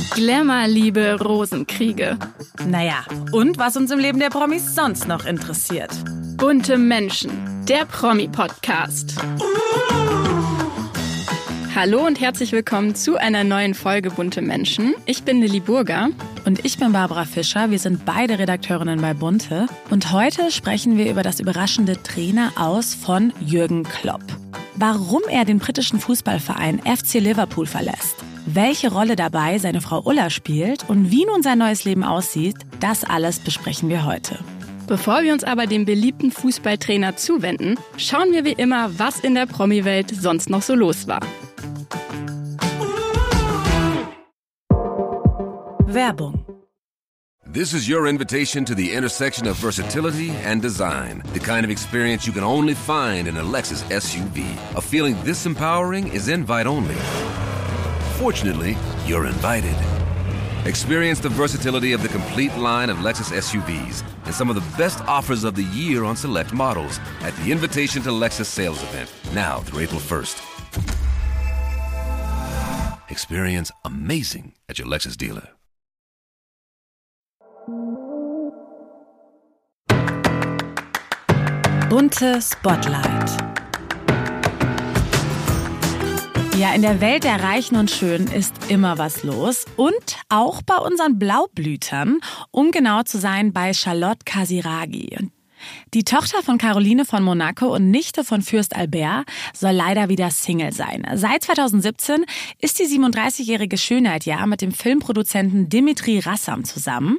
Glamour-Liebe, Rosenkriege. Naja, und was uns im Leben der Promis sonst noch interessiert. Bunte Menschen, der Promi-Podcast. Hallo und herzlich willkommen zu einer neuen Folge Bunte Menschen. Ich bin Lilly Burger. Und ich bin Barbara Fischer. Wir sind beide Redakteurinnen bei Bunte. Und heute sprechen wir über das überraschende Traineraus von Jürgen Klopp. Warum er den britischen Fußballverein FC Liverpool verlässt. Welche Rolle dabei seine Frau Ulla spielt und wie nun sein neues Leben aussieht, das alles besprechen wir heute. Bevor wir uns aber dem beliebten Fußballtrainer zuwenden, schauen wir wie immer, was in der Promi-Welt sonst noch so los war. Werbung. This is your invitation to the intersection of versatility and design. The kind of experience you can only find in a Lexus SUV. A feeling this empowering is invite only. Fortunately, you're invited. Experience the versatility of the complete line of Lexus SUVs and some of the best offers of the year on select models at the Invitation to Lexus sales event, now through April 1st. Experience amazing at your Lexus dealer. Bunte Spotlight. Ja, in der Welt der Reichen und Schönen ist immer was los. Und auch bei unseren Blaublütern, um genau zu sein, bei Charlotte Casiraghi. Die Tochter von Caroline von Monaco und Nichte von Fürst Albert soll leider wieder Single sein. Seit 2017 ist die 37-jährige Schönheit ja mit dem Filmproduzenten Dimitri Rassam zusammen.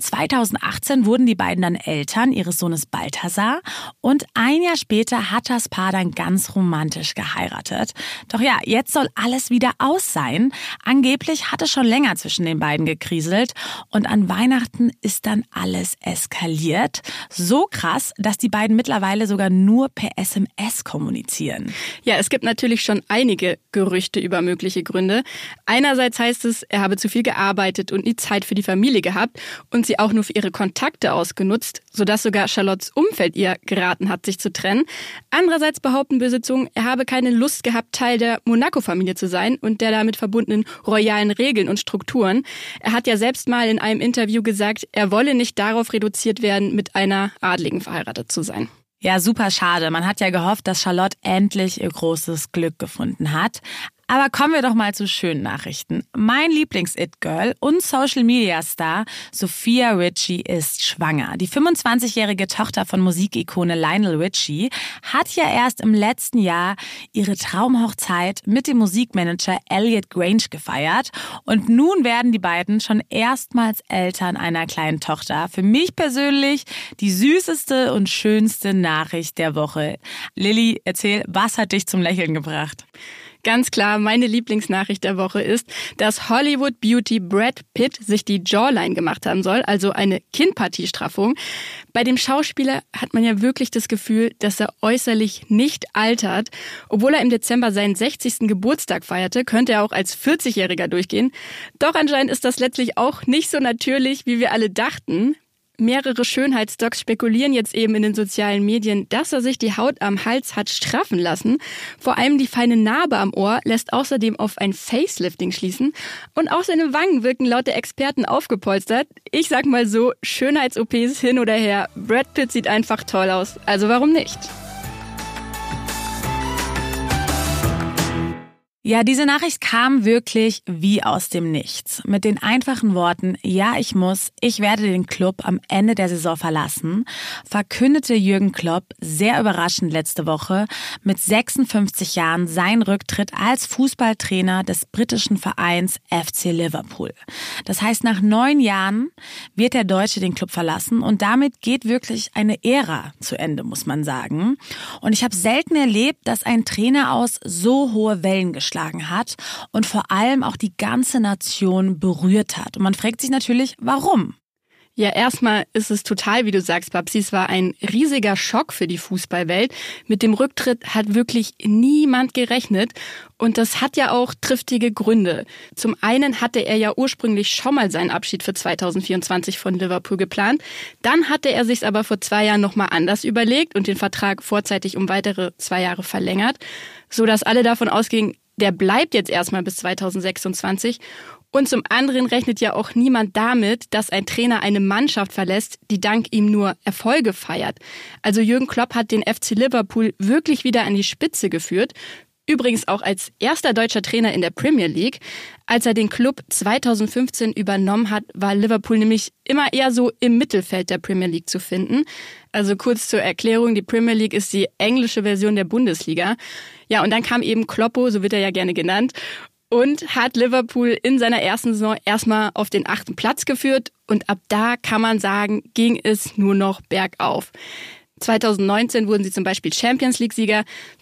2018 wurden die beiden dann Eltern ihres Sohnes Balthasar und ein Jahr später hat das Paar dann ganz romantisch geheiratet. Doch ja, jetzt soll alles wieder aus sein. Angeblich hat es schon länger zwischen den beiden gekriselt und an Weihnachten ist dann alles eskaliert. So krass, dass die beiden mittlerweile sogar nur per SMS kommunizieren. Ja, es gibt natürlich schon einige Gerüchte über mögliche Gründe. Einerseits heißt es, er habe zu viel gearbeitet und nie Zeit für die Familie gehabt und sie auch nur für ihre Kontakte ausgenutzt, sodass sogar Charlottes Umfeld ihr geraten hat, sich zu trennen. Andererseits behaupten böse Zungen, er habe keine Lust gehabt, Teil der Monaco-Familie zu sein und der damit verbundenen royalen Regeln und Strukturen. Er hat ja selbst mal in einem Interview gesagt, er wolle nicht darauf reduziert werden, mit einer Adligen verheiratet zu sein. Ja, super schade. Man hat ja gehofft, dass Charlotte endlich ihr großes Glück gefunden hat. Aber kommen wir doch mal zu schönen Nachrichten. Mein Lieblings-It-Girl und Social-Media-Star Sophia Richie ist schwanger. Die 25-jährige Tochter von Musikikone Lionel Richie hat ja erst im letzten Jahr ihre Traumhochzeit mit dem Musikmanager Elliot Grange gefeiert. Und nun werden die beiden schon erstmals Eltern einer kleinen Tochter. Für mich persönlich die süßeste und schönste Nachricht der Woche. Lilly, erzähl, was hat dich zum Lächeln gebracht? Ganz klar, meine Lieblingsnachricht der Woche ist, dass Hollywood-Beauty Brad Pitt sich die Jawline gemacht haben soll, also eine Kinnpartiestraffung. Bei dem Schauspieler hat man ja wirklich das Gefühl, dass er äußerlich nicht altert. Obwohl er im Dezember seinen 60. Geburtstag feierte, könnte er auch als 40-Jähriger durchgehen. Doch anscheinend ist das letztlich auch nicht so natürlich, wie wir alle dachten. Mehrere Schönheitsdocs spekulieren jetzt eben in den sozialen Medien, dass er sich die Haut am Hals hat straffen lassen. Vor allem die feine Narbe am Ohr lässt außerdem auf ein Facelifting schließen. Und auch seine Wangen wirken laut der Experten aufgepolstert. Ich sag mal so, Schönheits-OPs hin oder her, Brad Pitt sieht einfach toll aus. Also warum nicht? Ja, diese Nachricht kam wirklich wie aus dem Nichts. Mit den einfachen Worten, ja, ich werde den Club am Ende der Saison verlassen, verkündete Jürgen Klopp sehr überraschend letzte Woche mit 56 Jahren seinen Rücktritt als Fußballtrainer des britischen Vereins FC Liverpool. Das heißt, nach 9 Jahren wird der Deutsche den Club verlassen und damit geht wirklich eine Ära zu Ende, muss man sagen. Und ich habe selten erlebt, dass ein Traineraus so hohe Wellen geschlagen hat und vor allem auch die ganze Nation berührt hat. Und man fragt sich natürlich, warum? Ja, erstmal ist es total, wie du sagst, Babsi, es war ein riesiger Schock für die Fußballwelt. Mit dem Rücktritt hat wirklich niemand gerechnet. Und das hat ja auch triftige Gründe. Zum einen hatte er ja ursprünglich schon mal seinen Abschied für 2024 von Liverpool geplant. Dann hatte er sich's aber vor 2 Jahren nochmal anders überlegt und den Vertrag vorzeitig um weitere 2 Jahre verlängert, sodass alle davon ausgingen, der bleibt jetzt erstmal bis 2026. Und zum anderen rechnet ja auch niemand damit, dass ein Trainer eine Mannschaft verlässt, die dank ihm nur Erfolge feiert. Also Jürgen Klopp hat den FC Liverpool wirklich wieder an die Spitze geführt. Übrigens auch als erster deutscher Trainer in der Premier League. Als er den Club 2015 übernommen hat, war Liverpool nämlich immer eher so im Mittelfeld der Premier League zu finden. Also kurz zur Erklärung, die Premier League ist die englische Version der Bundesliga. Ja, und dann kam eben Kloppo, so wird er ja gerne genannt, und hat Liverpool in seiner ersten Saison erstmal auf den 8. Platz geführt. Und ab da kann man sagen, ging es nur noch bergauf. 2019 wurden sie zum Beispiel Champions League-Sieger,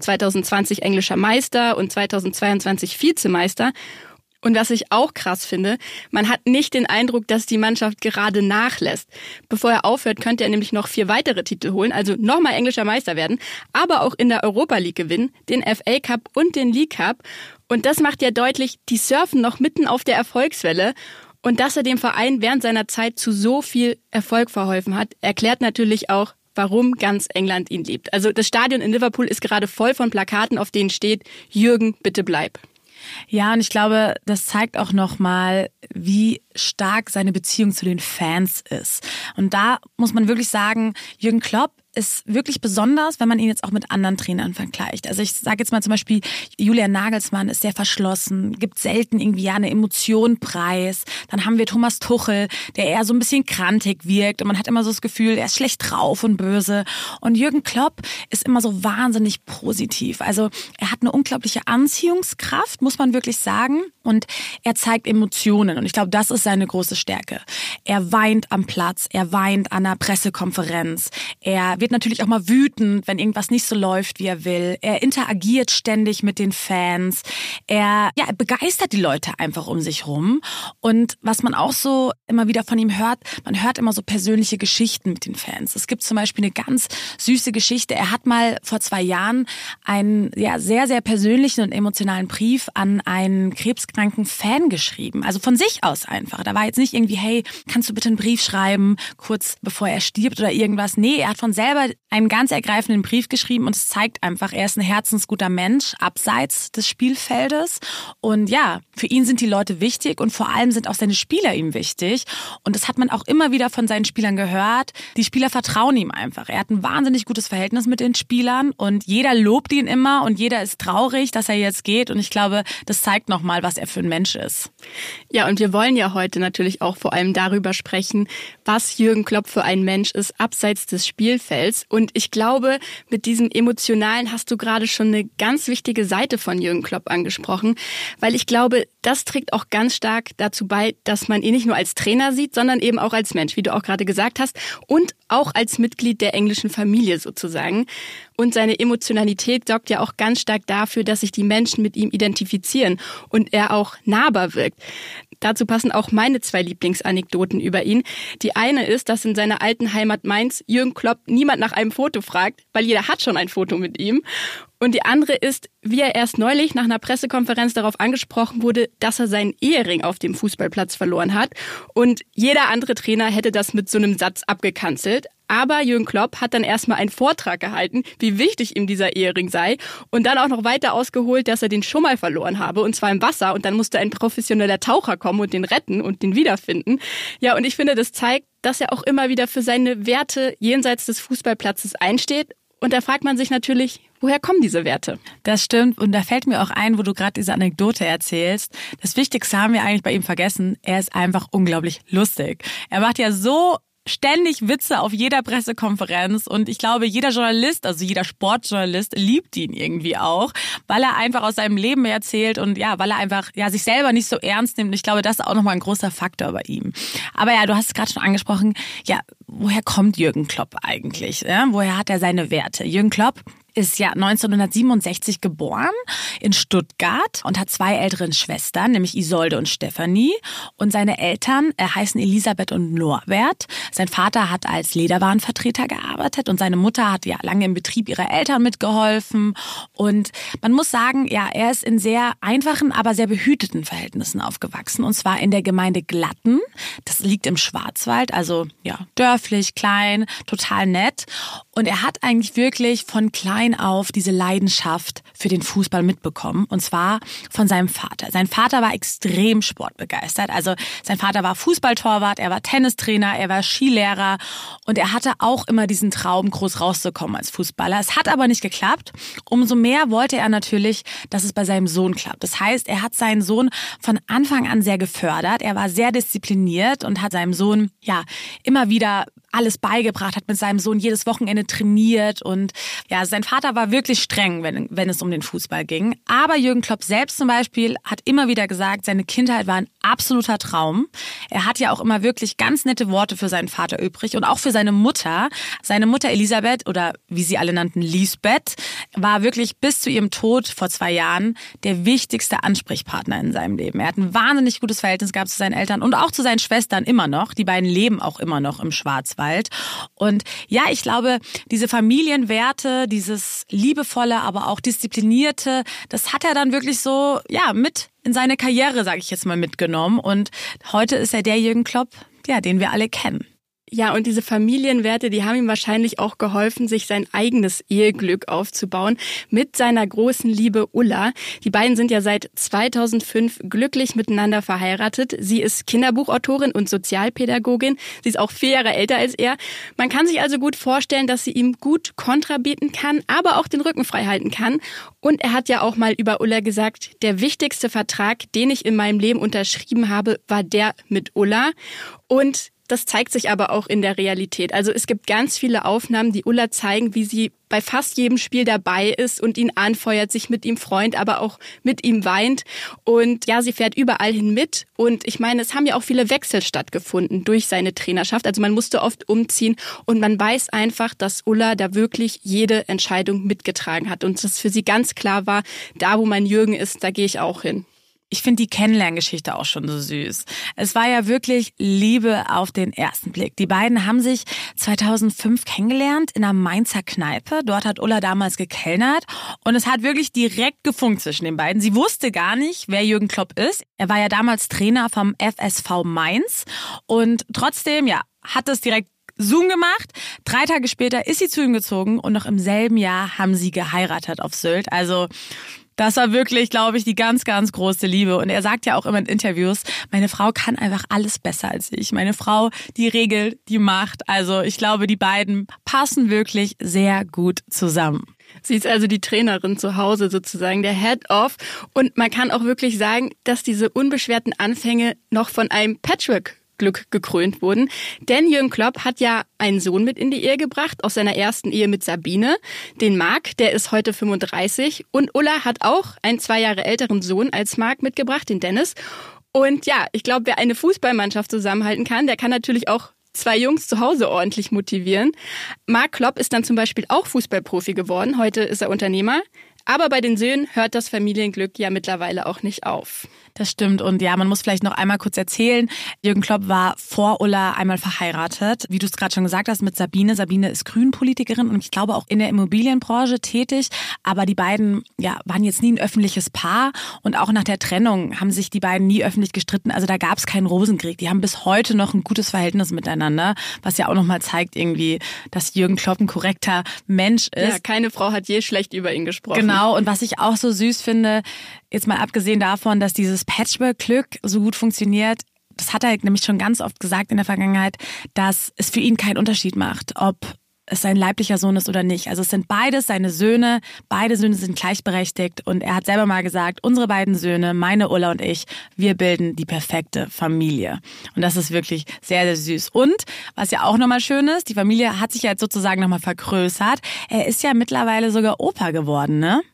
2020 englischer Meister und 2022 Vizemeister. Und was ich auch krass finde, man hat nicht den Eindruck, dass die Mannschaft gerade nachlässt. Bevor er aufhört, könnte er nämlich noch 4 weitere Titel holen, also nochmal englischer Meister werden, aber auch in der Europa League gewinnen, den FA Cup und den League Cup. Und das macht ja deutlich, die surfen noch mitten auf der Erfolgswelle. Und dass er dem Verein während seiner Zeit zu so viel Erfolg verholfen hat, erklärt natürlich auch, warum ganz England ihn liebt. Also das Stadion in Liverpool ist gerade voll von Plakaten, auf denen steht, Jürgen, bitte bleib. Ja, und ich glaube, das zeigt auch nochmal, wie stark seine Beziehung zu den Fans ist. Und da muss man wirklich sagen, Jürgen Klopp ist wirklich besonders, wenn man ihn jetzt auch mit anderen Trainern vergleicht. Also ich sage jetzt mal zum Beispiel, Julian Nagelsmann ist sehr verschlossen, gibt selten irgendwie eine Emotion preis. Dann haben wir Thomas Tuchel, der eher so ein bisschen krantig wirkt und man hat immer so das Gefühl, er ist schlecht drauf und böse. Und Jürgen Klopp ist immer so wahnsinnig positiv. Also er hat eine unglaubliche Anziehungskraft, muss man wirklich sagen. Und er zeigt Emotionen und ich glaube, das ist seine große Stärke. Er weint am Platz, er weint an einer Pressekonferenz, er wird natürlich auch mal wütend, wenn irgendwas nicht so läuft, wie er will. Er interagiert ständig mit den Fans. Er begeistert die Leute einfach um sich rum. Und was man auch so immer wieder von ihm hört, man hört immer so persönliche Geschichten mit den Fans. Es gibt zum Beispiel eine ganz süße Geschichte. Er hat mal vor 2 Jahren einen sehr, sehr persönlichen und emotionalen Brief an einen krebskranken Fan geschrieben. Also von sich aus einfach. Da war jetzt nicht irgendwie, hey, kannst du bitte einen Brief schreiben, kurz bevor er stirbt oder irgendwas. Nee, er hat von selber einen ganz ergreifenden Brief geschrieben und es zeigt einfach, er ist ein herzensguter Mensch, abseits des Spielfeldes. Und ja, für ihn sind die Leute wichtig und vor allem sind auch seine Spieler ihm wichtig. Und das hat man auch immer wieder von seinen Spielern gehört. Die Spieler vertrauen ihm einfach. Er hat ein wahnsinnig gutes Verhältnis mit den Spielern und jeder lobt ihn immer und jeder ist traurig, dass er jetzt geht. Und ich glaube, das zeigt nochmal, was er für ein Mensch ist. Ja, und wir wollen ja heute natürlich auch vor allem darüber sprechen, was Jürgen Klopp für ein Mensch ist, abseits des Spielfelds. Und ich glaube, mit diesem Emotionalen hast du gerade schon eine ganz wichtige Seite von Jürgen Klopp angesprochen, weil ich glaube, das trägt auch ganz stark dazu bei, dass man ihn nicht nur als Trainer sieht, sondern eben auch als Mensch, wie du auch gerade gesagt hast, und auch als Mitglied der englischen Familie sozusagen. Und seine Emotionalität sorgt ja auch ganz stark dafür, dass sich die Menschen mit ihm identifizieren und er auch nahbar wirkt. Dazu passen auch meine 2 Lieblingsanekdoten über ihn. Die eine ist, dass in seiner alten Heimat Mainz Jürgen Klopp niemand nach einem Foto fragt, weil jeder hat schon ein Foto mit ihm. Und die andere ist, wie er erst neulich nach einer Pressekonferenz darauf angesprochen wurde, dass er seinen Ehering auf dem Fußballplatz verloren hat. Und jeder andere Trainer hätte das mit so einem Satz abgekanzelt. Aber Jürgen Klopp hat dann erstmal einen Vortrag gehalten, wie wichtig ihm dieser Ehering sei und dann auch noch weiter ausgeholt, dass er den schon mal verloren habe und zwar im Wasser und dann musste ein professioneller Taucher kommen und den retten und den wiederfinden. Ja, und ich finde, das zeigt, dass er auch immer wieder für seine Werte jenseits des Fußballplatzes einsteht. Und da fragt man sich natürlich, woher kommen diese Werte? Das stimmt und da fällt mir auch ein, wo du gerade diese Anekdote erzählst. Das Wichtigste haben wir eigentlich bei ihm vergessen. Er ist einfach unglaublich lustig. Er macht ja so ständig Witze auf jeder Pressekonferenz und ich glaube, jeder Journalist, also jeder Sportjournalist liebt ihn irgendwie auch, weil er einfach aus seinem Leben erzählt und ja, weil er einfach sich selber nicht so ernst nimmt. Und ich glaube, das ist auch nochmal ein großer Faktor bei ihm. Aber ja, du hast es gerade schon angesprochen, ja, woher kommt Jürgen Klopp eigentlich? Ja? Woher hat er seine Werte? Jürgen Klopp ist ja 1967 geboren in Stuttgart und hat 2 ältere Schwestern, nämlich Isolde und Stefanie. Und seine Eltern heißen Elisabeth und Norbert. Sein Vater hat als Lederwarenvertreter gearbeitet und seine Mutter hat ja lange im Betrieb ihrer Eltern mitgeholfen. Und man muss sagen, ja, er ist in sehr einfachen, aber sehr behüteten Verhältnissen aufgewachsen. Und zwar in der Gemeinde Glatten. Das liegt im Schwarzwald, also ja, dörflich, klein, total nett. Und er hat eigentlich wirklich von klein auf diese Leidenschaft für den Fußball mitbekommen. Und zwar von seinem Vater. Sein Vater war extrem sportbegeistert. Also sein Vater war Fußballtorwart, er war Tennistrainer, er war Skilehrer. Und er hatte auch immer diesen Traum, groß rauszukommen als Fußballer. Es hat aber nicht geklappt. Umso mehr wollte er natürlich, dass es bei seinem Sohn klappt. Das heißt, er hat seinen Sohn von Anfang an sehr gefördert. Er war sehr diszipliniert und hat seinem Sohn immer wieder alles beigebracht, hat mit seinem Sohn jedes Wochenende trainiert und sein Vater war wirklich streng, wenn es um den Fußball ging. Aber Jürgen Klopp selbst zum Beispiel hat immer wieder gesagt, seine Kindheit war ein absoluter Traum. Er hat ja auch immer wirklich ganz nette Worte für seinen Vater übrig und auch für seine Mutter. Seine Mutter Elisabeth oder wie sie alle nannten Lisbeth war wirklich bis zu ihrem Tod vor 2 Jahren der wichtigste Ansprechpartner in seinem Leben. Er hat ein wahnsinnig gutes Verhältnis gehabt zu seinen Eltern und auch zu seinen Schwestern immer noch. Die beiden leben auch immer noch im Schwarzwald. Und ja, ich glaube, diese Familienwerte, dieses liebevolle, aber auch disziplinierte, das hat er dann wirklich so, mit in seine Karriere, sage ich jetzt mal, mitgenommen. Und heute ist er der Jürgen Klopp, den wir alle kennen. Ja, und diese Familienwerte, die haben ihm wahrscheinlich auch geholfen, sich sein eigenes Eheglück aufzubauen mit seiner großen Liebe Ulla. Die beiden sind ja seit 2005 glücklich miteinander verheiratet. Sie ist Kinderbuchautorin und Sozialpädagogin. Sie ist auch 4 Jahre älter als er. Man kann sich also gut vorstellen, dass sie ihm gut Kontra bieten kann, aber auch den Rücken frei halten kann. Und er hat ja auch mal über Ulla gesagt, der wichtigste Vertrag, den ich in meinem Leben unterschrieben habe, war der mit Ulla. Und das zeigt sich aber auch in der Realität. Also es gibt ganz viele Aufnahmen, die Ulla zeigen, wie sie bei fast jedem Spiel dabei ist und ihn anfeuert, sich mit ihm freut, aber auch mit ihm weint. Und ja, sie fährt überall hin mit. Und ich meine, es haben ja auch viele Wechsel stattgefunden durch seine Trainerschaft. Also man musste oft umziehen und man weiß einfach, dass Ulla da wirklich jede Entscheidung mitgetragen hat. Und dass für sie ganz klar war, da wo mein Jürgen ist, da gehe ich auch hin. Ich finde die Kennenlerngeschichte auch schon so süß. Es war ja wirklich Liebe auf den ersten Blick. Die beiden haben sich 2005 kennengelernt in einer Mainzer Kneipe. Dort hat Ulla damals gekellnert und es hat wirklich direkt gefunkt zwischen den beiden. Sie wusste gar nicht, wer Jürgen Klopp ist. Er war ja damals Trainer vom FSV Mainz und trotzdem, hat es direkt Zoom gemacht. 3 Tage später ist sie zu ihm gezogen und noch im selben Jahr haben sie geheiratet auf Sylt. Also das war wirklich, glaube ich, die ganz, ganz große Liebe. Und er sagt ja auch immer in Interviews, meine Frau kann einfach alles besser als ich. Meine Frau, die regelt, die macht. Also ich glaube, die beiden passen wirklich sehr gut zusammen. Sie ist also die Trainerin zu Hause sozusagen, der Head-Off. Und man kann auch wirklich sagen, dass diese unbeschwerten Anfänge noch von einem Patchwork Glück gekrönt wurden. Denn Jürgen Klopp hat ja einen Sohn mit in die Ehe gebracht, aus seiner ersten Ehe mit Sabine, den Marc, der ist heute 35. Und Ulla hat auch einen 2 Jahre älteren Sohn als Marc mitgebracht, den Dennis. Und ja, ich glaube, wer eine Fußballmannschaft zusammenhalten kann, der kann natürlich auch 2 Jungs zu Hause ordentlich motivieren. Marc Klopp ist dann zum Beispiel auch Fußballprofi geworden. Heute ist er Unternehmer. Aber bei den Söhnen hört das Familienglück ja mittlerweile auch nicht auf. Das stimmt. Und ja, man muss vielleicht noch einmal kurz erzählen, Jürgen Klopp war vor Ulla einmal verheiratet, wie du es gerade schon gesagt hast, mit Sabine. Sabine ist Grünpolitikerin und ich glaube auch in der Immobilienbranche tätig. Aber die beiden waren jetzt nie ein öffentliches Paar und auch nach der Trennung haben sich die beiden nie öffentlich gestritten. Also da gab es keinen Rosenkrieg. Die haben bis heute noch ein gutes Verhältnis miteinander, was ja auch nochmal zeigt irgendwie, dass Jürgen Klopp ein korrekter Mensch ist. Ja, keine Frau hat je schlecht über ihn gesprochen. Genau, und was ich auch so süß finde, jetzt mal abgesehen davon, dass dieses Patchwork-Glück so gut funktioniert, das hat er nämlich schon ganz oft gesagt in der Vergangenheit, dass es für ihn keinen Unterschied macht, ob es sein leiblicher Sohn ist oder nicht. Also es sind beides seine Söhne, beide Söhne sind gleichberechtigt und er hat selber mal gesagt, unsere beiden Söhne, meine Ulla und ich, wir bilden die perfekte Familie. Und das ist wirklich sehr, sehr süß. Und was ja auch nochmal schön ist, die Familie hat sich ja jetzt sozusagen nochmal vergrößert. Er ist ja mittlerweile sogar Opa geworden, ne?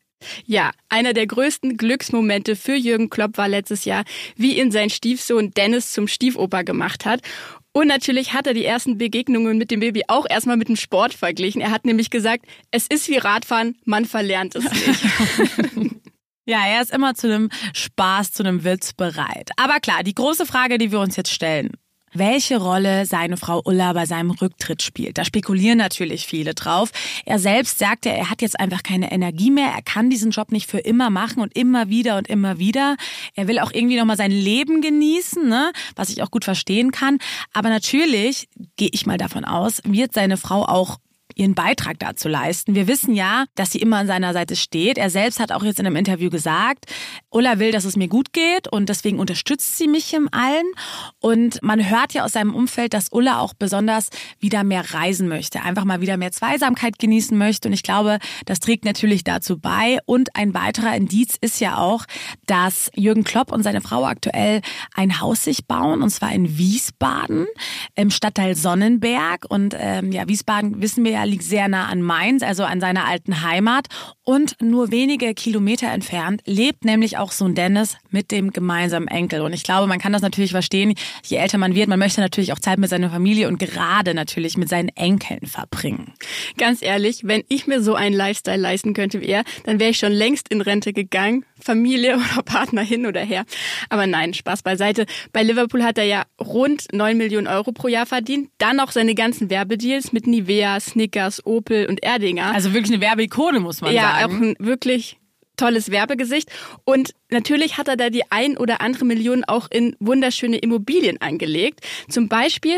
Ja, einer der größten Glücksmomente für Jürgen Klopp war letztes Jahr, wie ihn sein Stiefsohn Dennis zum Stiefoper gemacht hat. Und natürlich hat er die ersten Begegnungen mit dem Baby auch erstmal mit dem Sport verglichen. Er hat nämlich gesagt, es ist wie Radfahren, man verlernt es nicht. Ja, er ist immer zu einem Spaß, zu einem Witz bereit. Aber klar, die große Frage, die wir uns jetzt stellen: Welche Rolle seine Frau Ulla bei seinem Rücktritt spielt. Da spekulieren natürlich viele drauf. Er selbst sagte, er hat jetzt einfach keine Energie mehr. Er kann diesen Job nicht für immer machen und immer wieder und immer wieder. Er will auch irgendwie nochmal sein Leben genießen, ne? Was ich auch gut verstehen kann. Aber natürlich, gehe ich mal davon aus, wird seine Frau auch ihren Beitrag dazu leisten. Wir wissen ja, dass sie immer an seiner Seite steht. Er selbst hat auch jetzt in einem Interview gesagt, Ulla will, dass es mir gut geht und deswegen unterstützt sie mich im Allen. Und man hört ja aus seinem Umfeld, dass Ulla auch besonders wieder mehr reisen möchte, einfach mal wieder mehr Zweisamkeit genießen möchte. Und ich glaube, das trägt natürlich dazu bei. Und ein weiterer Indiz ist ja auch, dass Jürgen Klopp und seine Frau aktuell ein Haus sich bauen, und zwar in Wiesbaden im Stadtteil Sonnenberg. Und Wiesbaden, wissen wir ja, liegt sehr nah an Mainz, also an seiner alten Heimat. Und nur wenige Kilometer entfernt lebt nämlich auch Sohn Dennis mit dem gemeinsamen Enkel. Und ich glaube, man kann das natürlich verstehen, je älter man wird, man möchte natürlich auch Zeit mit seiner Familie und gerade natürlich mit seinen Enkeln verbringen. Ganz ehrlich, wenn ich mir so einen Lifestyle leisten könnte wie er, dann wäre ich schon längst in Rente gegangen. Familie oder Partner hin oder her. Aber nein, Spaß beiseite. Bei Liverpool hat er ja rund 9 Millionen Euro pro Jahr verdient. Dann noch seine ganzen Werbedeals mit Nivea, Snickers, Opel und Erdinger. Also wirklich eine Werbeikone, muss man sagen. Ja, auch ein wirklich tolles Werbegesicht. Und natürlich hat er da die 1 oder andere Million auch in wunderschöne Immobilien angelegt. Zum Beispiel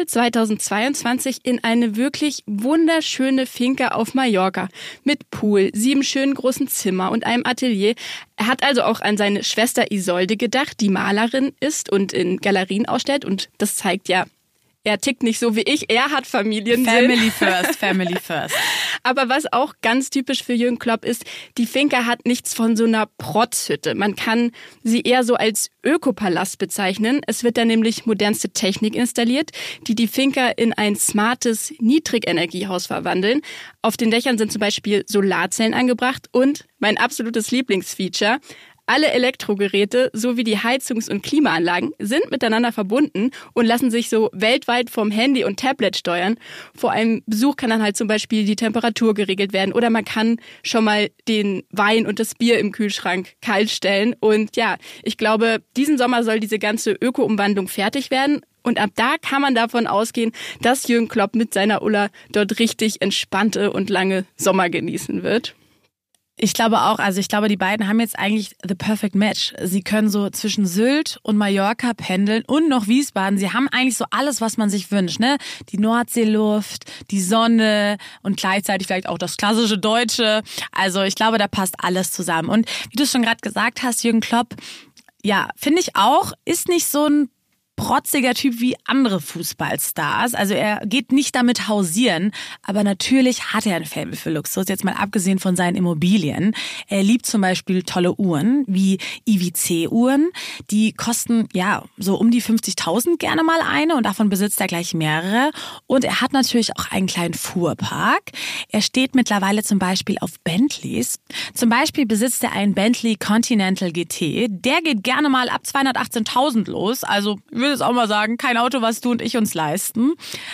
2022 in eine wirklich wunderschöne Finca auf Mallorca mit Pool, 7 schönen großen Zimmer und einem Atelier. Er hat also auch an seine Schwester Isolde gedacht, die Malerin ist und in Galerien ausstellt. Und das zeigt ja, er tickt nicht so wie ich, er hat Familiensinn. Family first, family first. Aber was auch ganz typisch für Jürgen Klopp ist, die Finca hat nichts von so einer Protzhütte. Man kann sie eher so als Ökopalast bezeichnen. Es wird da nämlich modernste Technik installiert, die die Finca in ein smartes Niedrigenergiehaus verwandeln. Auf den Dächern sind zum Beispiel Solarzellen angebracht und mein absolutes Lieblingsfeature: alle Elektrogeräte sowie die Heizungs- und Klimaanlagen sind miteinander verbunden und lassen sich so weltweit vom Handy und Tablet steuern. Vor einem Besuch kann dann halt zum Beispiel die Temperatur geregelt werden oder man kann schon mal den Wein und das Bier im Kühlschrank kalt stellen. Und ja, ich glaube, diesen Sommer soll diese ganze Öko-Umwandlung fertig werden. Und ab da kann man davon ausgehen, dass Jürgen Klopp mit seiner Ulla dort richtig entspannte und lange Sommer genießen wird. Ich glaube auch, die beiden haben jetzt eigentlich the perfect match. Sie können so zwischen Sylt und Mallorca pendeln und noch Wiesbaden. Sie haben eigentlich so alles, was man sich wünscht, ne? Die Nordseeluft, die Sonne und gleichzeitig vielleicht auch das klassische Deutsche. Also ich glaube, da passt alles zusammen. Und wie du es schon gerade gesagt hast, Jürgen Klopp, ja, finde ich auch, ist nicht so ein protziger Typ wie andere Fußballstars. Also er geht nicht damit hausieren, aber natürlich hat er ein Faible für Luxus, jetzt mal abgesehen von seinen Immobilien. Er liebt zum Beispiel tolle Uhren, wie IWC-Uhren. Die kosten ja so um die 50.000 gerne mal eine und davon besitzt er gleich mehrere. Und er hat natürlich auch einen kleinen Fuhrpark. Er steht mittlerweile zum Beispiel auf Bentleys. Zum Beispiel besitzt er einen Bentley Continental GT. Der geht gerne mal ab 218.000 los. Also ich würde es auch mal sagen, kein Auto, was du und ich uns leisten.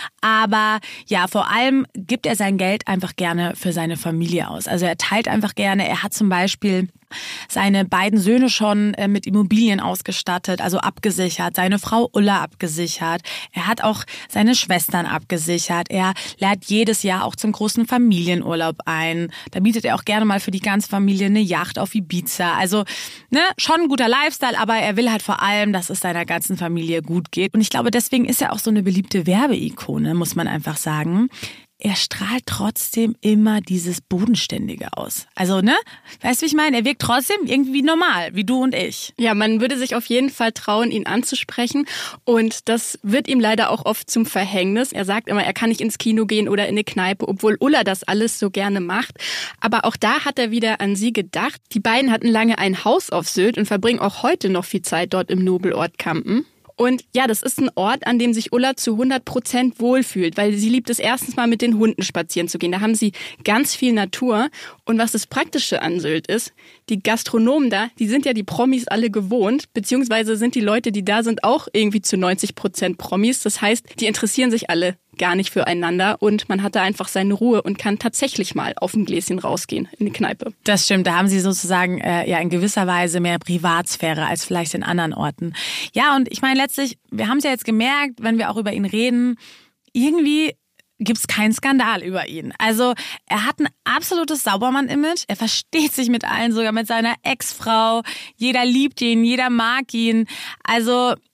Aber ja, vor allem gibt er sein Geld einfach gerne für seine Familie aus. Also er teilt einfach gerne. Er hat zum Beispiel seine beiden Söhne schon mit Immobilien ausgestattet, also abgesichert, seine Frau Ulla abgesichert. Er hat auch seine Schwestern abgesichert. Er lädt jedes Jahr auch zum großen Familienurlaub ein. Da bietet er auch gerne mal für die ganze Familie eine Yacht auf Ibiza. Also schon ein guter Lifestyle, aber er will halt vor allem, dass es seiner ganzen Familie gut geht. Und ich glaube, deswegen ist er auch so eine beliebte Werbeikone, muss man einfach sagen. Er strahlt trotzdem immer dieses Bodenständige aus. Also, weißt du, wie ich meine? Er wirkt trotzdem irgendwie normal, wie du und ich. Ja, man würde sich auf jeden Fall trauen, ihn anzusprechen. Und das wird ihm leider auch oft zum Verhängnis. Er sagt immer, er kann nicht ins Kino gehen oder in eine Kneipe, obwohl Ulla das alles so gerne macht. Aber auch da hat er wieder an sie gedacht. Die beiden hatten lange ein Haus auf Sylt und verbringen auch heute noch viel Zeit dort im Nobelort Campen. Und ja, das ist ein Ort, an dem sich Ulla zu 100% wohlfühlt, weil sie liebt es erstens mal mit den Hunden spazieren zu gehen. Da haben sie ganz viel Natur. Und was das Praktische an Sylt ist, die Gastronomen da, die sind ja die Promis alle gewohnt, beziehungsweise sind die Leute, die da sind, auch irgendwie zu 90% Promis. Das heißt, die interessieren sich alle gar nicht füreinander und man hat da einfach seine Ruhe und kann tatsächlich mal auf ein Gläschen rausgehen in die Kneipe. Das stimmt, da haben sie sozusagen in gewisser Weise mehr Privatsphäre als vielleicht in anderen Orten. Ja, und ich meine letztlich, wir haben es ja jetzt gemerkt, wenn wir auch über ihn reden, irgendwie gibt's keinen Skandal über ihn. Also er hat ein absolutes Saubermann-Image. Er versteht sich mit allen, sogar mit seiner Ex-Frau. Jeder liebt ihn, jeder mag ihn. Also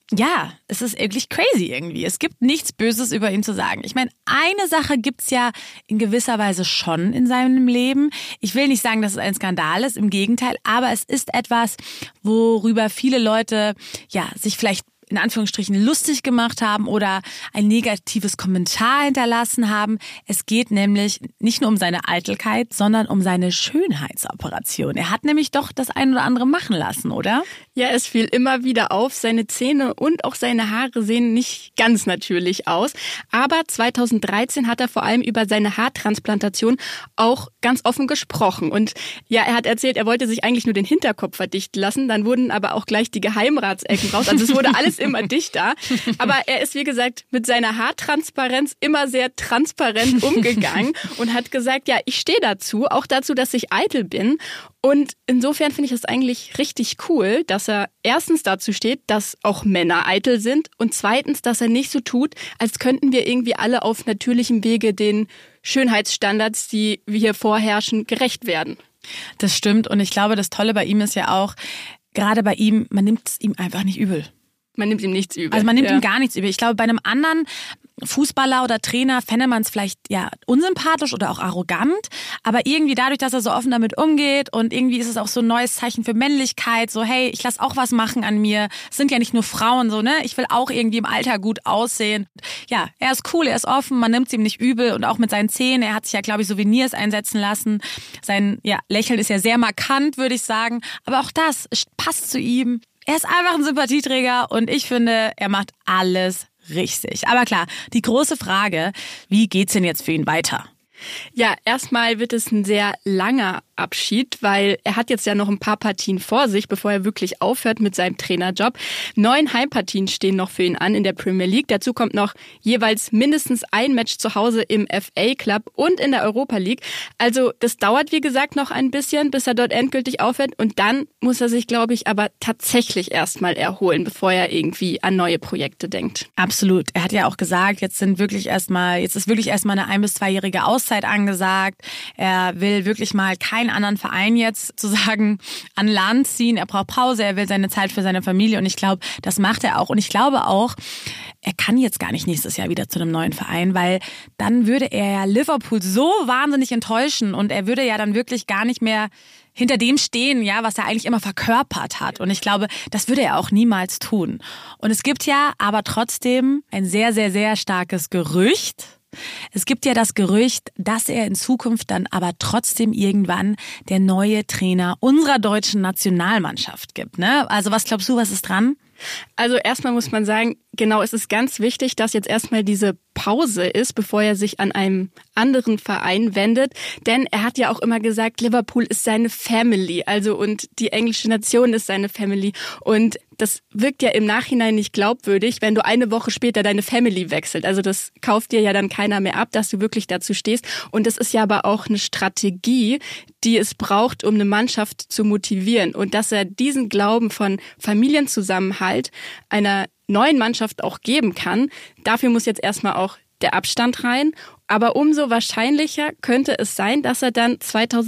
Ja, es ist wirklich crazy irgendwie. Es gibt nichts Böses über ihn zu sagen. Ich meine, eine Sache gibt's ja in gewisser Weise schon in seinem Leben. Ich will nicht sagen, dass es ein Skandal ist, im Gegenteil, aber es ist etwas, worüber viele Leute sich vielleicht in Anführungsstrichen lustig gemacht haben oder ein negatives Kommentar hinterlassen haben. Es geht nämlich nicht nur um seine Eitelkeit, sondern um seine Schönheitsoperation. Er hat nämlich doch das ein oder andere machen lassen, oder? Ja, es fiel immer wieder auf, seine Zähne und auch seine Haare sehen nicht ganz natürlich aus. Aber 2013 hat er vor allem über seine Haartransplantation auch ganz offen gesprochen. Und ja, er hat erzählt, er wollte sich eigentlich nur den Hinterkopf verdichten lassen. Dann wurden aber auch gleich die Geheimratsecken raus. Also es wurde alles immer dichter. Aber er ist, wie gesagt, mit seiner Haartransparenz immer sehr transparent umgegangen und hat gesagt, ja, ich stehe dazu, auch dazu, dass ich eitel bin. Und insofern finde ich es eigentlich richtig cool, dass er erstens dazu steht, dass auch Männer eitel sind und zweitens, dass er nicht so tut, als könnten wir irgendwie alle auf natürlichem Wege den Schönheitsstandards, die wir hier vorherrschen, gerecht werden. Das stimmt und ich glaube, das Tolle bei ihm ist ja auch, gerade bei ihm, man nimmt es ihm einfach nicht übel. Man nimmt ihm nichts übel. Also man nimmt ihm gar nichts übel. Ich glaube, bei einem anderen Fußballer oder Trainer fände man es vielleicht unsympathisch oder auch arrogant, aber irgendwie dadurch, dass er so offen damit umgeht und irgendwie ist es auch so ein neues Zeichen für Männlichkeit, so hey, ich lasse auch was machen an mir. Es sind ja nicht nur Frauen so, ne? Ich will auch irgendwie im Alter gut aussehen. Ja, er ist cool, er ist offen, man nimmt es ihm nicht übel und auch mit seinen Zähnen, er hat sich ja, glaube ich, Souvenirs einsetzen lassen. Sein Lächeln ist ja sehr markant, würde ich sagen, aber auch das passt zu ihm. Er ist einfach ein Sympathieträger und ich finde, er macht alles richtig. Aber klar, die große Frage, wie geht's denn jetzt für ihn weiter? Ja, erstmal wird es ein sehr langer Abschied, weil er hat jetzt ja noch ein paar Partien vor sich, bevor er wirklich aufhört mit seinem Trainerjob. 9 Heimpartien stehen noch für ihn an in der Premier League. Dazu kommt noch jeweils mindestens ein Match zu Hause im FA Cup und in der Europa League. Also das dauert, wie gesagt, noch ein bisschen, bis er dort endgültig aufhört. Und dann muss er sich, glaube ich, aber tatsächlich erstmal erholen, bevor er irgendwie an neue Projekte denkt. Absolut. Er hat ja auch gesagt, jetzt ist wirklich erstmal eine 1- bis 2-jährige Auszeit angesagt. Er will wirklich mal keinen anderen Verein jetzt sozusagen an Land ziehen. Er braucht Pause, er will seine Zeit für seine Familie und ich glaube, das macht er auch. Und ich glaube auch, er kann jetzt gar nicht nächstes Jahr wieder zu einem neuen Verein, weil dann würde er ja Liverpool so wahnsinnig enttäuschen und er würde ja dann wirklich gar nicht mehr hinter dem stehen, was er eigentlich immer verkörpert hat. Und ich glaube, das würde er auch niemals tun. Und es gibt ja aber trotzdem ein sehr, sehr, sehr starkes Gerücht. Es gibt ja das Gerücht, dass er in Zukunft dann aber trotzdem irgendwann der neue Trainer unserer deutschen Nationalmannschaft gibt, ne? Also was glaubst du, was ist dran? Also erstmal muss man sagen, genau, es ist ganz wichtig, dass jetzt erstmal diese Pause ist, bevor er sich an einem anderen Verein wendet. Denn er hat ja auch immer gesagt, Liverpool ist seine Family, also und die englische Nation ist seine Family. Und das wirkt ja im Nachhinein nicht glaubwürdig, wenn du eine Woche später deine Family wechselt. Also das kauft dir ja dann keiner mehr ab, dass du wirklich dazu stehst. Und das ist ja aber auch eine Strategie, die es braucht, um eine Mannschaft zu motivieren. Und dass er diesen Glauben von Familienzusammenhalt einer neuen Mannschaft auch geben kann, dafür muss jetzt erstmal auch der Abstand rein. Aber umso wahrscheinlicher könnte es sein, dass er dann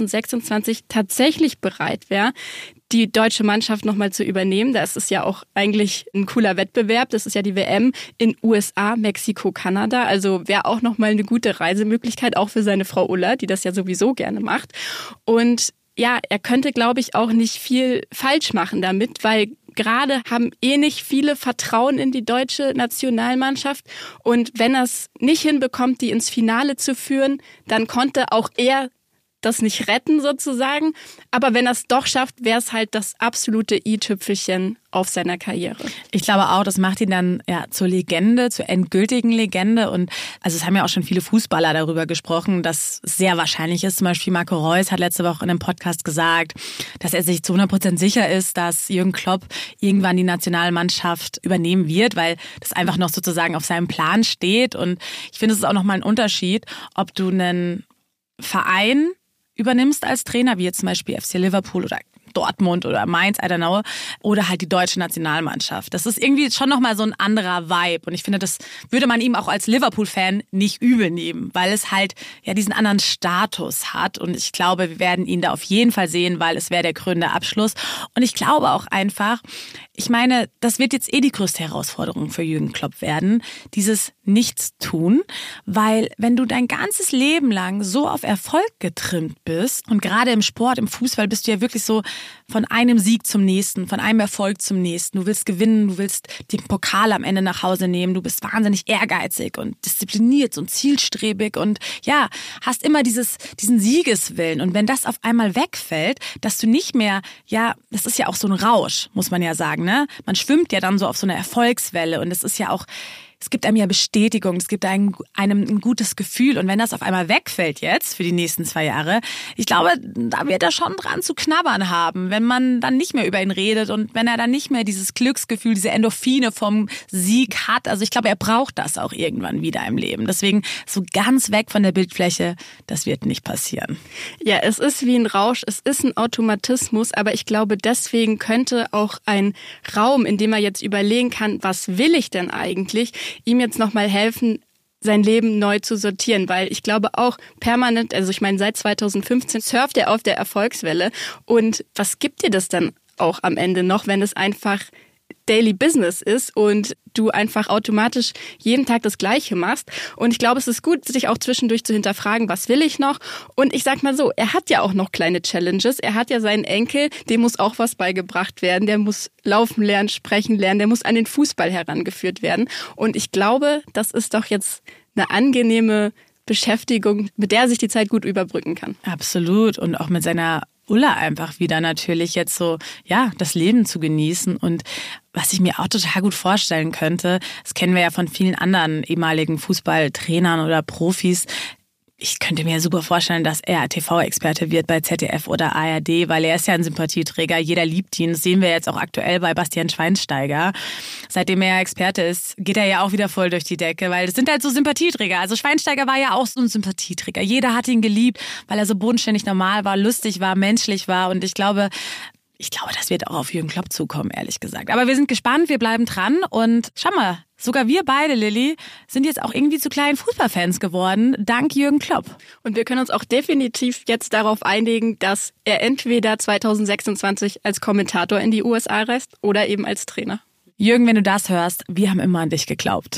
2026 tatsächlich bereit wäre, die deutsche Mannschaft nochmal zu übernehmen. Das ist ja auch eigentlich ein cooler Wettbewerb. Das ist ja die WM in USA, Mexiko, Kanada. Also wäre auch nochmal eine gute Reisemöglichkeit, auch für seine Frau Ulla, die das ja sowieso gerne macht. Und ja, er könnte, glaube ich, auch nicht viel falsch machen damit, weil gerade haben nicht viele Vertrauen in die deutsche Nationalmannschaft. Und wenn er es nicht hinbekommt, die ins Finale zu führen, dann konnte auch er das nicht retten sozusagen. Aber wenn er es doch schafft, wäre es halt das absolute i-Tüpfelchen auf seiner Karriere. Ich glaube auch, das macht ihn dann zur Legende, zur endgültigen Legende. Und also es haben ja auch schon viele Fußballer darüber gesprochen, dass es sehr wahrscheinlich ist. Zum Beispiel Marco Reus hat letzte Woche in einem Podcast gesagt, dass er sich zu 100% sicher ist, dass Jürgen Klopp irgendwann die Nationalmannschaft übernehmen wird, weil das einfach noch sozusagen auf seinem Plan steht. Und ich finde, es ist auch nochmal ein Unterschied, ob du einen Verein übernimmst als Trainer, wie jetzt zum Beispiel FC Liverpool oder Dortmund oder Mainz, I don't know, oder halt die deutsche Nationalmannschaft. Das ist irgendwie schon nochmal so ein anderer Vibe und ich finde, das würde man ihm auch als Liverpool-Fan nicht übel nehmen, weil es halt diesen anderen Status hat und ich glaube, wir werden ihn da auf jeden Fall sehen, weil es wäre der krönende Abschluss und ich glaube auch einfach, Ich meine, das wird jetzt die größte Herausforderung für Jürgen Klopp werden, dieses Nichtstun, weil wenn du dein ganzes Leben lang so auf Erfolg getrimmt bist und gerade im Sport, im Fußball bist du ja wirklich so von einem Sieg zum nächsten, von einem Erfolg zum nächsten. Du willst gewinnen, du willst den Pokal am Ende nach Hause nehmen, du bist wahnsinnig ehrgeizig und diszipliniert und zielstrebig und ja, hast immer diesen Siegeswillen. Und wenn das auf einmal wegfällt, dass du nicht mehr, ja, das ist ja auch so ein Rausch, muss man ja sagen, ne? Man schwimmt ja dann so auf so einer Erfolgswelle und es ist ja auch, es gibt einem ja Bestätigung, es gibt einem ein gutes Gefühl. Und wenn das auf einmal wegfällt jetzt für die nächsten 2 Jahre, ich glaube, da wird er schon dran zu knabbern haben, wenn man dann nicht mehr über ihn redet und wenn er dann nicht mehr dieses Glücksgefühl, diese Endorphine vom Sieg hat. Also ich glaube, er braucht das auch irgendwann wieder im Leben. Deswegen so ganz weg von der Bildfläche, das wird nicht passieren. Ja, es ist wie ein Rausch, es ist ein Automatismus, aber ich glaube, deswegen könnte auch ein Raum, in dem er jetzt überlegen kann, was will ich denn eigentlich, ihm jetzt nochmal helfen, sein Leben neu zu sortieren, weil ich glaube auch permanent, also ich meine seit 2015 surft er auf der Erfolgswelle und was gibt dir das dann auch am Ende noch, wenn es einfach Daily Business ist und du einfach automatisch jeden Tag das Gleiche machst. Und ich glaube, es ist gut, sich auch zwischendurch zu hinterfragen, was will ich noch? Und ich sag mal so, er hat ja auch noch kleine Challenges. Er hat ja seinen Enkel, dem muss auch was beigebracht werden. Der muss laufen lernen, sprechen lernen, der muss an den Fußball herangeführt werden. Und ich glaube, das ist doch jetzt eine angenehme Beschäftigung, mit der er sich die Zeit gut überbrücken kann. Absolut. Und auch mit seiner Ulla einfach wieder natürlich jetzt so, ja, das Leben zu genießen. Und was ich mir auch total gut vorstellen könnte, das kennen wir ja von vielen anderen ehemaligen Fußballtrainern oder Profis. Ich könnte mir super vorstellen, dass er TV-Experte wird bei ZDF oder ARD, weil er ist ja ein Sympathieträger. Jeder liebt ihn. Das sehen wir jetzt auch aktuell bei Bastian Schweinsteiger. Seitdem er Experte ist, geht er ja auch wieder voll durch die Decke, weil das sind halt so Sympathieträger. Also Schweinsteiger war ja auch so ein Sympathieträger. Jeder hat ihn geliebt, weil er so bodenständig normal war, lustig war, menschlich war. Und ich glaube, das wird auch auf Jürgen Klopp zukommen, ehrlich gesagt. Aber wir sind gespannt, wir bleiben dran. Und schau mal, sogar wir beide, Lilly, sind jetzt auch irgendwie zu kleinen Fußballfans geworden, dank Jürgen Klopp. Und wir können uns auch definitiv jetzt darauf einigen, dass er entweder 2026 als Kommentator in die USA reist oder eben als Trainer. Jürgen, wenn du das hörst, wir haben immer an dich geglaubt.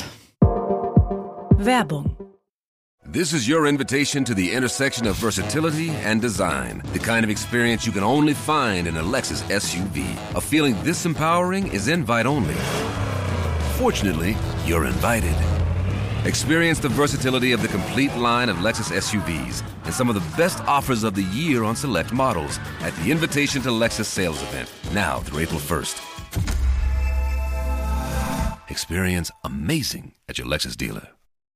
Werbung. This is your invitation to the intersection of versatility and design. The kind of experience you can only find in a Lexus SUV. A feeling this empowering is invite only. Fortunately, you're invited. Experience the versatility of the complete line of Lexus SUVs and some of the best offers of the year on select models at the Invitation to Lexus sales event, now through April 1st. Experience amazing at your Lexus dealer.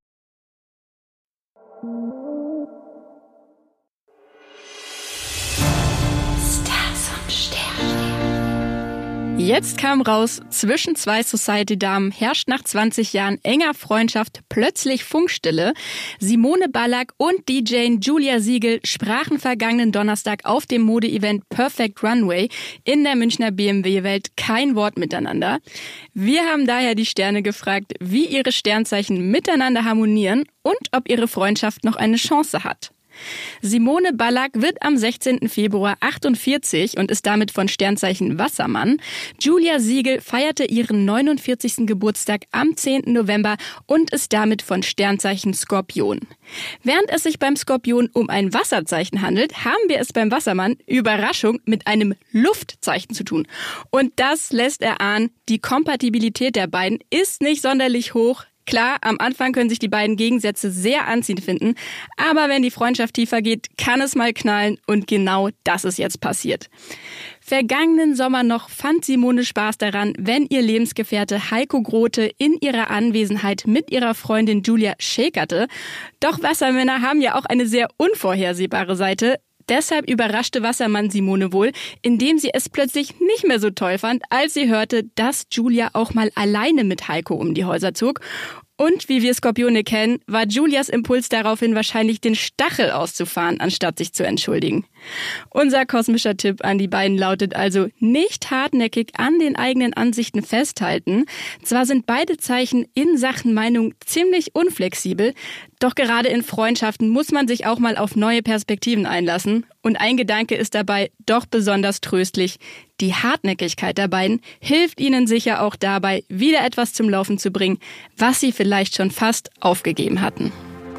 Jetzt kam raus, zwischen 2 Society-Damen herrscht nach 20 Jahren enger Freundschaft plötzlich Funkstille. Simone Ballack und DJ Julia Siegel sprachen vergangenen Donnerstag auf dem Mode-Event Perfect Runway in der Münchner BMW-Welt kein Wort miteinander. Wir haben daher die Sterne gefragt, wie ihre Sternzeichen miteinander harmonieren und ob ihre Freundschaft noch eine Chance hat. Simone Ballack wird am 16. Februar 48 und ist damit von Sternzeichen Wassermann. Julia Siegel feierte ihren 49. Geburtstag am 10. November und ist damit von Sternzeichen Skorpion. Während es sich beim Skorpion um ein Wasserzeichen handelt, haben wir es beim Wassermann, Überraschung, mit einem Luftzeichen zu tun. Und das lässt erahnen, die Kompatibilität der beiden ist nicht sonderlich hoch. Klar, am Anfang können sich die beiden Gegensätze sehr anziehend finden, aber wenn die Freundschaft tiefer geht, kann es mal knallen und genau das ist jetzt passiert. Vergangenen Sommer noch fand Simone Spaß daran, wenn ihr Lebensgefährte Heiko Grote in ihrer Anwesenheit mit ihrer Freundin Julia shakerte. Doch Wassermänner haben ja auch eine sehr unvorhersehbare Seite. Deshalb überraschte Wassermann Simone wohl, indem sie es plötzlich nicht mehr so toll fand, als sie hörte, dass Julia auch mal alleine mit Heiko um die Häuser zog. Und wie wir Skorpione kennen, war Julias Impuls daraufhin wahrscheinlich den Stachel auszufahren, anstatt sich zu entschuldigen. Unser kosmischer Tipp an die beiden lautet also, nicht hartnäckig an den eigenen Ansichten festhalten. Zwar sind beide Zeichen in Sachen Meinung ziemlich unflexibel, doch gerade in Freundschaften muss man sich auch mal auf neue Perspektiven einlassen. Und ein Gedanke ist dabei doch besonders tröstlich. Die Hartnäckigkeit der beiden hilft ihnen sicher auch dabei, wieder etwas zum Laufen zu bringen, was sie vielleicht schon fast aufgegeben hatten.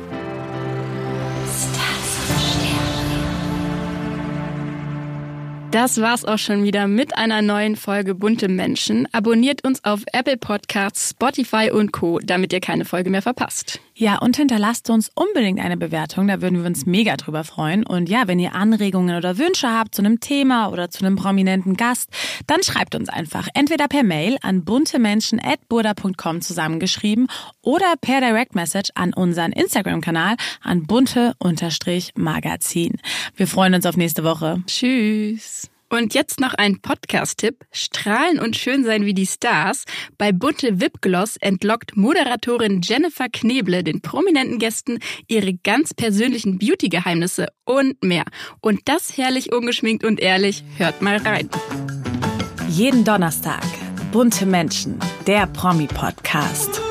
Das war's auch schon wieder mit einer neuen Folge Bunte Menschen. Abonniert uns auf Apple Podcasts, Spotify und Co., damit ihr keine Folge mehr verpasst. Ja, und hinterlasst uns unbedingt eine Bewertung, da würden wir uns mega drüber freuen. Und ja, wenn ihr Anregungen oder Wünsche habt zu einem Thema oder zu einem prominenten Gast, dann schreibt uns einfach entweder per Mail an buntemenschen@burda.com zusammengeschrieben oder per Direct Message an unseren Instagram-Kanal an bunte_magazin. Wir freuen uns auf nächste Woche. Tschüss. Und jetzt noch ein Podcast-Tipp. Strahlen und schön sein wie die Stars. Bei Bunte Wipgloss entlockt Moderatorin Jennifer Kneble den prominenten Gästen ihre ganz persönlichen Beauty-Geheimnisse und mehr. Und das herrlich ungeschminkt und ehrlich. Hört mal rein. Jeden Donnerstag. Bunte Menschen, der Promi-Podcast.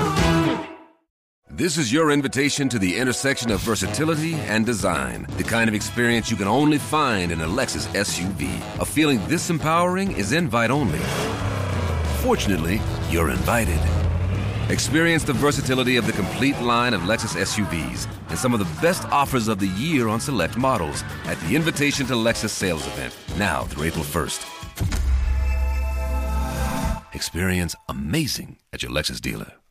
This is your invitation to the intersection of versatility and design. The kind of experience you can only find in a Lexus SUV. A feeling this empowering is invite only. Fortunately, you're invited. Experience the versatility of the complete line of Lexus SUVs and some of the best offers of the year on select models at the Invitation to Lexus sales event, now through April 1st. Experience amazing at your Lexus dealer.